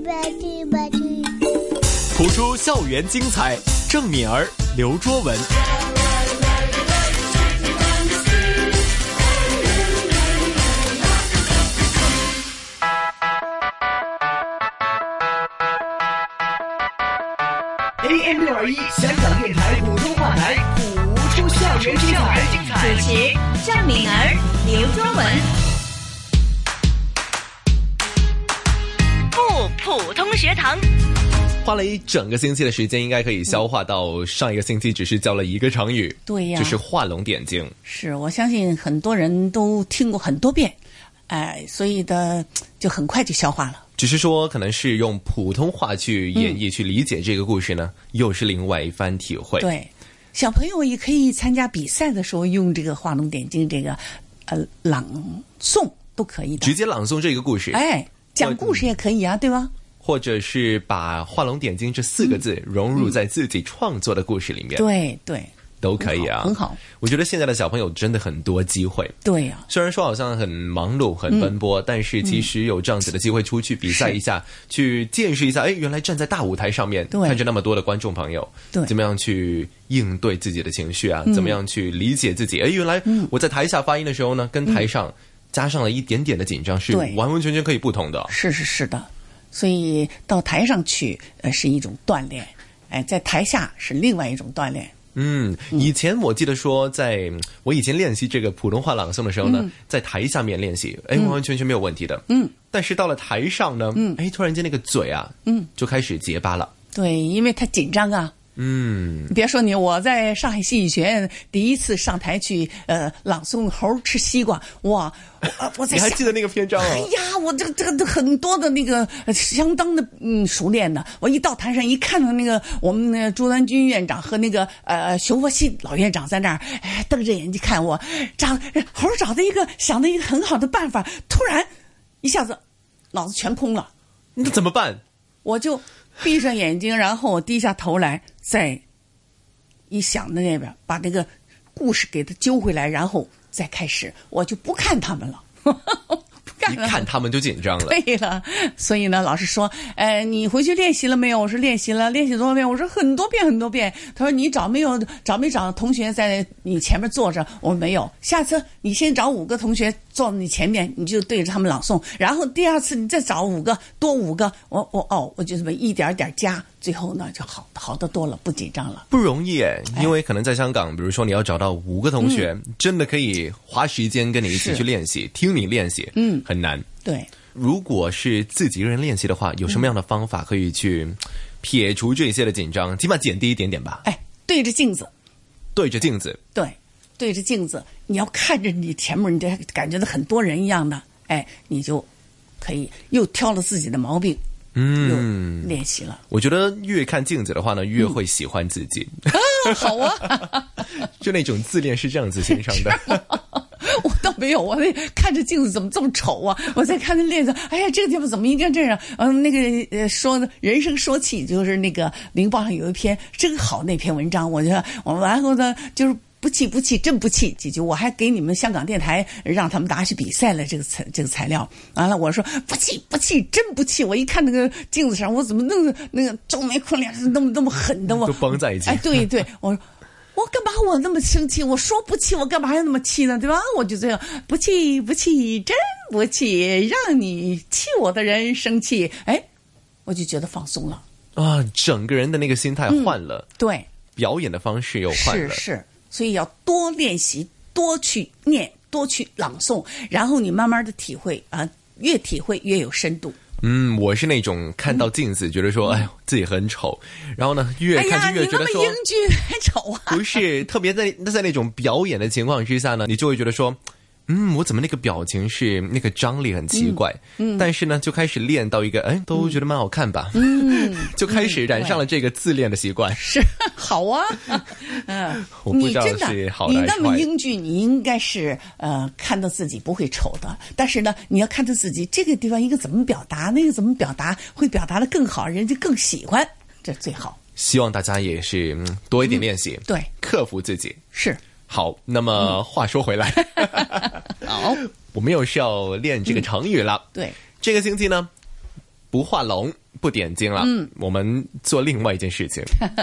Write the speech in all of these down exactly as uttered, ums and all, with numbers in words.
谱出校园精彩，郑敏儿、刘卓文。 A M 六二一香港电台普通话台，谱出校园精彩。 主持郑敏儿、刘卓文。不普通学堂。 花了一整个星期的时间，应该可以消化到上一个星期只是教了一个成语， 对呀， 就是画龙点睛。 是，我相信很多人都听过很多遍，哎，所以的就很快就消化了。 只是说，可能是用普通话去演绎、嗯、去理解这个故事呢，又是另外一番体会。 对，小朋友也可以参加比赛的时候用这个画龙点睛这个呃朗诵都可以的， 直接朗诵这个故事。 哎，讲故事也可以啊，对吧？ 或者是把画龙点睛这四个字融入在自己创作的故事里面。 嗯、对对。 都可以啊， 很好。 我觉得现在的小朋友真的很多机会。 对呀、啊， 虽然说好像很忙碌、很奔波、嗯，但是其实有这样子的机会出去比赛一下，去见识一下。哎，原来站在大舞台上面，看着那么多的观众朋友，对，怎么样去应对自己的情绪啊？嗯、怎么样去理解自己？哎，原来我在台下发音的时候呢，跟台上加上了一点点的紧张，是完完全全可以不同的。 是是是的，所以到台上去，呃，是一种锻炼；哎，在台下是另外一种锻炼。 嗯，以前我记得说，在我以前练习这个普通话朗诵的时候呢，嗯、在台下面练习，哎，完完全全没有问题的。嗯，但是到了台上呢，嗯，哎，突然间那个嘴啊，嗯，就开始结巴了。 对，因为他紧张啊。嗯，别说你，我在上海戏剧学院第一次上台去呃朗诵《猴吃西瓜》，哇，我我在你还记得那个篇章啊？ 哎呀，我这个这个很多的那个相当的嗯熟练的。我一到台上一看到那个我们那个朱丹军院长和那个呃熊佛系老院长在那儿，哎，瞪着眼睛看我，找猴找的一个想的一个很好的办法，突然一下子脑子全空了， 那怎么办？ 我就闭上眼睛，然后我低下头来，再一想的那边把这个故事给他揪回来，然后再开始，我就不看他们了。 一看他们就紧张了。 对了，所以呢，老师说，呃，你回去练习了没有？我说练习了，练习多少遍？我说很多遍很多遍。他说你找没有找没找同学在你前面坐着？我说没有。下次你先找五个同学坐你前面，你就对着他们朗诵。然后第二次你再找五个，多五个。我我哦，我就这么一点点加，最后呢就好好得多了，不紧张了。 不容易哎，因为可能在香港，比如说你要找到五个同学，嗯、真的可以花时间跟你一起去练习，听你练习，嗯，很难。 对， 如果是自己一个人练习的话，有什么样的方法可以去撇除这些的紧张，起码减低一点点吧？ 哎，对着镜子， 对着镜子， 对，对着镜子，你要看着你前面，你这感觉到很多人一样的，哎，你就可以又挑了自己的毛病。嗯，又练习了。 我觉得越看镜子的话呢，越会喜欢自己。 嗯、啊，好啊， 就那种自恋是这样子欣赏的。 我倒没有，我那看着镜子怎么这么丑啊！我在看那链子，哎呀，这个地方怎么应该这样？嗯，那个呃，说的人生说起，就是那个《明报》上有一篇真好那篇文章，我觉得我然后呢就是。不气不气，真不气！姐姐，我还给你们香港电台让他们大家去比赛了，这个材这个材料。完了，我说不气不气，真不气！我一看那个镜子上，我怎么弄那个皱眉苦脸，那么那么狠的我都绷在一起。 哎，对对，我说我干嘛我那么生气？我说不气，我干嘛要那么气呢？对吧？我就这样不气不气，真不气，让你气我的人生气。哎，我就觉得放松了啊，整个人的那个心态换了， 嗯、对， 表演的方式又换了， 是是。所以要多练习，多去念，多去朗诵，然后你慢慢的体会啊，越体会越有深度。 嗯，我是那种看到镜子、嗯、觉得说，哎呦自己很丑，然后呢越看就越觉得说， 哎呀，你那么英俊还丑啊？ 不是，特别在在那种表演的情况之下呢，你就会觉得说。嗯，我怎么那个表情是那个张力很奇怪，嗯，嗯但是呢，就开始练到一个，哎，都觉得蛮好看吧，嗯，就开始染上了这个自恋的习惯， 是好啊，嗯， 我不知道是好的你那么英俊，你应该是呃看到自己不会丑的，但是呢，你要看到自己这个地方应该怎么表达，那个怎么表达，会表达的更好，人家更喜欢，这最好。 希望大家也是、嗯、多一点练习、 嗯，对， 克服自己是。 好，那么话说回来， 嗯、好， 我们又是要练这个成语了。 嗯、对， 这个星期呢，不画龙不点睛了，嗯，我们做另外一件事情，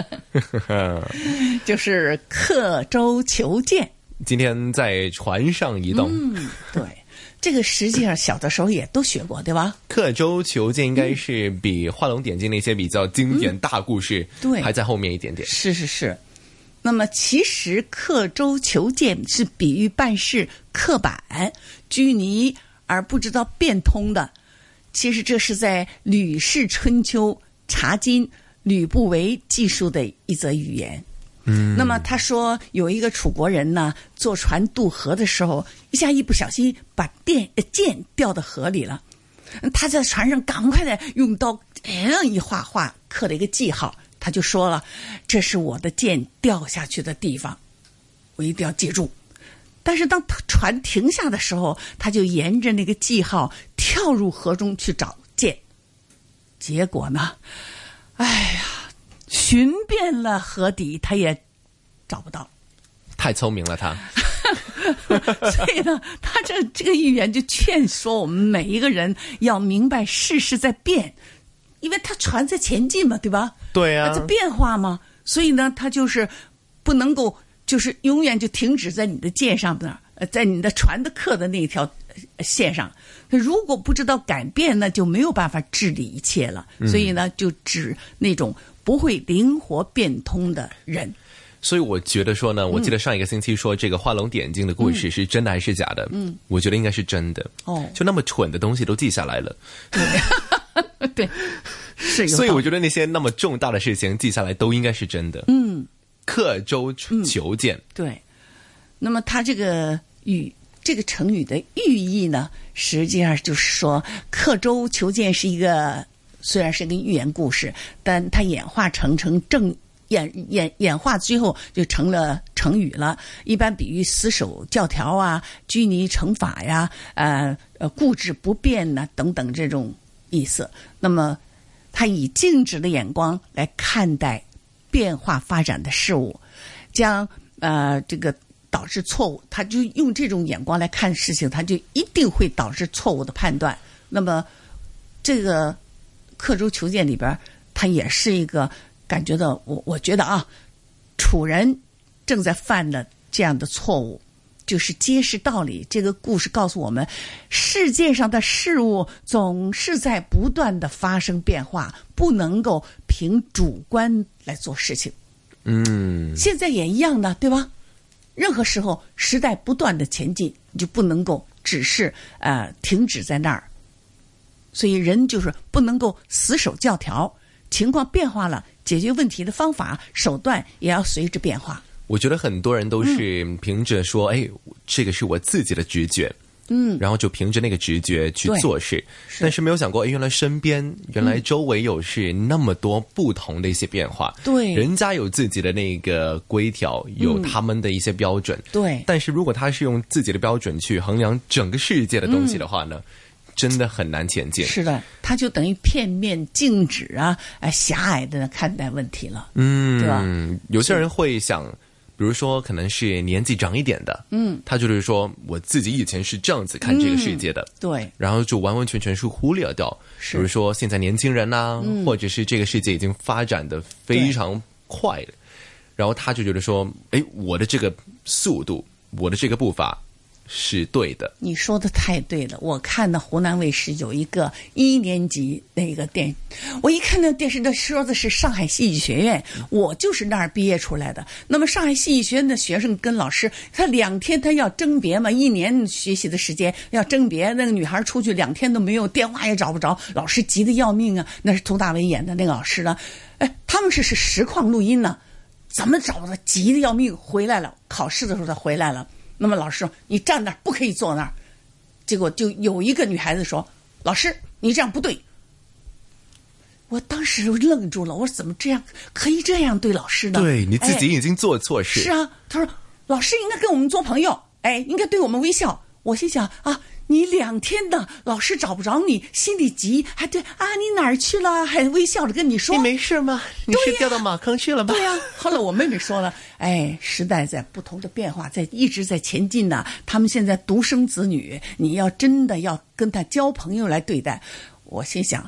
就是刻舟求剑。 今天在船上移动， 嗯，对，这个实际上小的时候也都学过，对吧？ 刻舟求剑应该是比画龙点睛那些比较经典大故事，嗯、对，还在后面一点点。 是是是。那么其实刻舟求剑是比喻办事刻板、拘泥而不知道变通的。其实这是在《吕氏春秋·查经》吕不韦记述的一则寓言。嗯，那么他说有一个楚国人呢，坐船渡河的时候，一下一不小心把剑剑掉到河里了。他在船上赶快的用刀这样一画画，刻了一个记号。他就说了，这是我的剑掉下去的地方，我一定要记住。但是当船停下的时候，他就沿着那个记号跳入河中去找剑。结果呢，哎呀，寻遍了河底，他也找不到。 太聪明了他。 所以呢，他这这个寓言就劝说我们每一个人要明白世事在变。因为它船在前进嘛，对吧？ 对啊， 它在变化嘛，所以呢，它就是不能够，就是永远就停止在你的剑上的，在你的船的刻的那条线上。如果不知道改变呢，就没有办法治理一切了。所以呢，就指那种不会灵活变通的人。 所以我觉得说呢，我记得上一个星期说这个画龙点睛的故事是真的还是假的？嗯，我觉得应该是真的。哦，就那么蠢的东西都记下来了。 对。对，是有。 所以我觉得那些那么重大的事情记下来都应该是真的。嗯，刻舟求剑、嗯。对，那么他这个语这个成语的寓意呢，实际上就是说，刻舟求剑是一个虽然是个寓言故事，但它演化成成正演演演化最后就成了成语了。一般比喻死守教条啊、拘泥惩罚呀、呃呃固执不变呐、啊、等等这种。意思，那么他以静止的眼光来看待变化发展的事物，将呃这个导致错误，他就用这种眼光来看事情，他就一定会导致错误的判断。那么这个刻舟求剑里边，他也是一个感觉到，我我觉得啊，楚人正在犯的这样的错误。就是揭示道理，这个故事告诉我们，世界上的事物总是在不断的发生变化，不能够凭主观来做事情。嗯，现在也一样的，对吧？任何时候时代不断的前进，你就不能够只是呃停止在那儿。所以人就是不能够死守教条，情况变化了，解决问题的方法手段也要随之变化。我觉得很多人都是凭着说，嗯、哎，这个是我自己的直觉，嗯，然后就凭着那个直觉去做事，是但是没有想过，哎，原来身边、原来周围有是那么多不同的一些变化，对、嗯，人家有自己的那个规条，有他们的一些标准，对、嗯，但是如果他是用自己的标准去衡量整个世界的东西的话呢？嗯真的很难前进。 是的，他就等于片面、静止啊、呃、狭隘的看待问题了， 嗯，对吧？有些人会想，比如说可能是年纪长一点的，嗯，他就是说我自己以前是这样子看这个世界的，嗯、对，然后就完完全全是忽略掉，比如说现在年轻人呐、啊嗯，或者是这个世界已经发展的非常快了，然后他就觉得说，哎，我的这个速度，我的这个步伐。是对的， 你说的太对了。我看到湖南卫视有一个一年级那个电，我一看那电视的说的是上海戏剧学院，我就是那儿毕业出来的。那么上海戏剧学院的学生跟老师，他两天他要甄别嘛，一年学习的时间要甄别。那个女孩出去两天都没有电话也找不着，老师急得要命啊。那是佟大为演的那个老师呢，哎，他们是是实况录音呢，怎么找的？急得要命，回来了，考试的时候他回来了。那么老师说你站那儿不可以坐那儿，结果就有一个女孩子说老师你这样不对。我当时愣住了，我说怎么这样可以这样对老师呢？ 对，你自己已经做错事、 哎、是啊，他说老师应该跟我们做朋友，哎，应该对我们微笑。我心想啊，你两天的老师找不着你，心里急，还对啊，你哪儿去了？还微笑着跟你说， 你没事吗？你是掉到马坑去了吧？ 对呀、啊。后来我妹妹说了，哎，时代在不同的变化，在一直在前进呢。他们现在独生子女，你要真的要跟他交朋友来对待。我心想，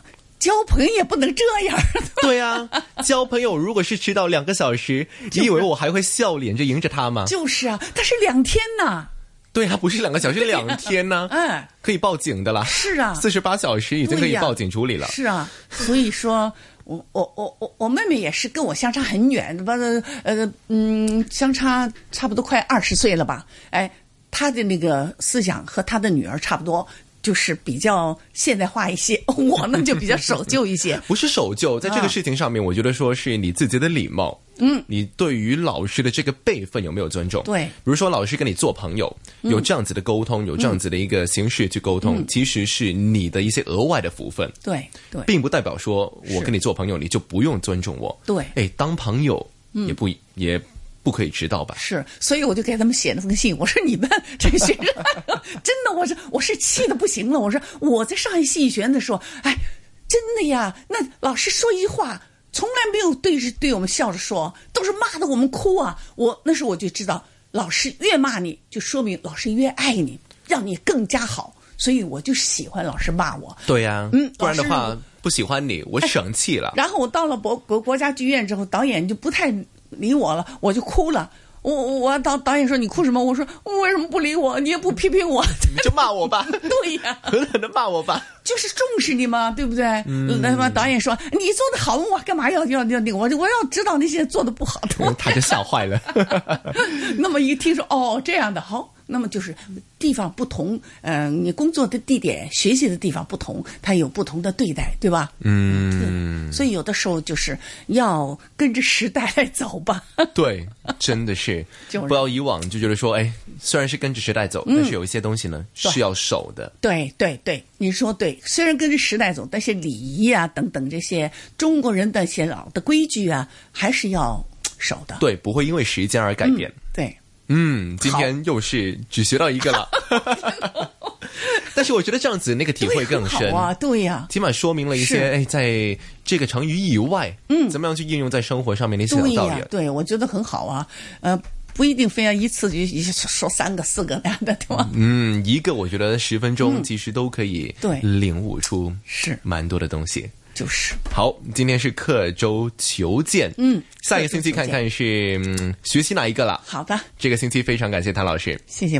交朋友也不能这样。 对啊，交朋友如果是迟到两个小时，你以为我还会笑脸着迎着他吗？ 就是啊，但是两天呐。 对啊，不是两个小时，两天呢、啊， 哎， 可以报警的啦。 是啊， 四十八小时已经可以报警处理了。 是啊，所以说，我我我我我妹妹也是跟我相差很远，把呃嗯相差差不多快二十岁了吧？哎，她的那个思想和她的女儿差不多。就是比较现代化一些，我呢就比较守旧一些。 不是守旧，在这个事情上面，我觉得说是你自己的礼貌。嗯，你对于老师的这个辈分有没有尊重？ 对， 比如说老师跟你做朋友，有这样子的沟通，有这样子的一个形式去沟通，嗯、其实是你的一些额外的福分。 对对， 并不代表说我跟你做朋友，你就不用尊重我。 对， 哎，当朋友也不、嗯、也。不可以迟到吧？ 是，所以我就给他们写了封信，我说你们这个学生真的，我是我是气得不行了。我说我在上海戏剧学院的时候，哎，真的呀，那老师说一句话，从来没有对着对我们笑着说，都是骂得我们哭啊。我那时候我就知道，老师越骂你，就说明老师越爱你，让你更加好。所以我就喜欢老师骂我。 对呀、啊，嗯，不然的话不喜欢你，我生气了。 哎、然后我到了国国国家剧院之后，导演就不太理我了，我就哭了。我我导导演说你哭什么？我说我为什么不理我？你也不批评我， 你就骂我吧。 对呀、啊， 狠狠的骂我吧。 就是重视你嘛，对不对？嗯。那么导演说你做的好，我干嘛要要要那个？我我要知道那些做的不好的。 他就吓坏了。 那么一听说哦这样的好。那么就是地方不同，嗯、呃，你工作的地点、学习的地方不同，它有不同的对待，对吧？嗯，所以有的时候就是要跟着时代来走吧。 对，真的是，就是、不要以往就觉得说，哎，虽然是跟着时代走，嗯、但是有一些东西呢是要守的。 对对对，你说对，虽然跟着时代走，但是礼仪啊等等这些中国人的一些老的规矩啊，还是要守的。 对，不会因为时间而改变。 嗯、对。 嗯，今天又是只学到一个了，但是我觉得这样子那个体会更深好啊，对呀、啊， 起码说明了一些哎，在这个成语以外，嗯，怎么样去应用在生活上面的一些道理、啊。 对，我觉得很好啊，呃，不一定非要一次就一说三个四个那样的，对吧？ 嗯，一个我觉得十分钟其实都可以对领悟出是蛮多的东西。 就是好，今天是刻舟求剑，嗯，下一个星期看看是嗯学习哪一个了。 好的， 这个星期非常感谢谭老师， 谢谢。